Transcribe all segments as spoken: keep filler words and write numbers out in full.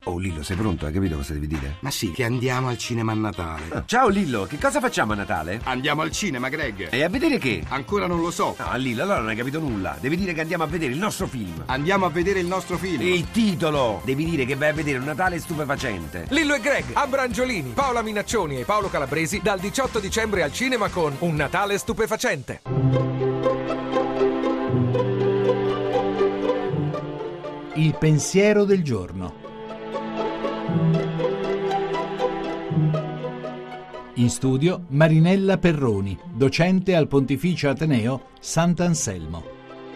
Oh Lillo, sei pronto? Hai capito cosa devi dire? Ma sì, che andiamo al cinema a Natale. Ah, ciao Lillo, che cosa facciamo a Natale? Andiamo al cinema, Greg. E a vedere che? Ancora non lo so. No, Lillo, allora non hai capito nulla. Devi dire che andiamo a vedere il nostro film. Andiamo a vedere il nostro film. Il titolo! Devi dire che vai a vedere un Natale stupefacente. Lillo e Greg, Abrangiolini, Paola Minaccioni e Paolo Calabresi dal diciotto dicembre al cinema con Un Natale stupefacente. Il pensiero del giorno. In studio Marinella Perroni, docente al Pontificio Ateneo Sant'Anselmo.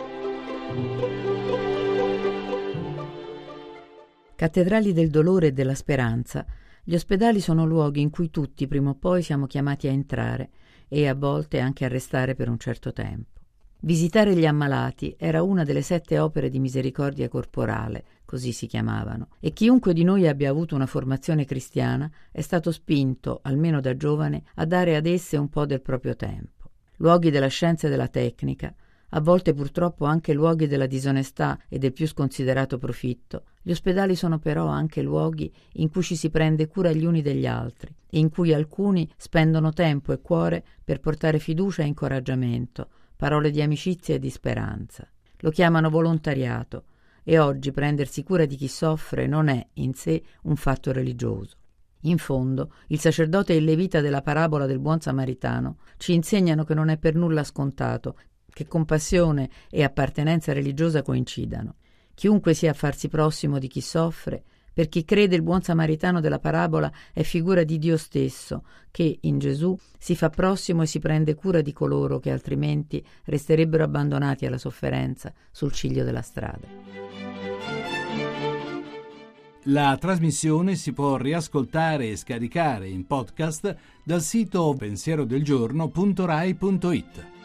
Cattedrali del dolore e della speranza, gli ospedali sono luoghi in cui tutti prima o poi siamo chiamati a entrare e a volte anche a restare per un certo tempo. Visitare gli ammalati era una delle sette opere di misericordia corporale, così si chiamavano, e chiunque di noi abbia avuto una formazione cristiana è stato spinto, almeno da giovane, a dare ad esse un po' del proprio tempo. Luoghi della scienza e della tecnica, a volte purtroppo anche luoghi della disonestà e del più sconsiderato profitto, gli ospedali sono però anche luoghi in cui ci si prende cura gli uni degli altri e in cui alcuni spendono tempo e cuore per portare fiducia e incoraggiamento, parole di amicizia e di speranza. Lo chiamano volontariato e oggi prendersi cura di chi soffre non è in sé un fatto religioso. In fondo, il sacerdote e il levita della parabola del buon samaritano ci insegnano che non è per nulla scontato che compassione e appartenenza religiosa coincidano. Chiunque sia a farsi prossimo di chi soffre, per chi crede il buon samaritano della parabola è figura di Dio stesso, che in Gesù si fa prossimo e si prende cura di coloro che altrimenti resterebbero abbandonati alla sofferenza sul ciglio della strada. La trasmissione si può riascoltare e scaricare in podcast dal sito pensierodelgiorno punto rai punto it.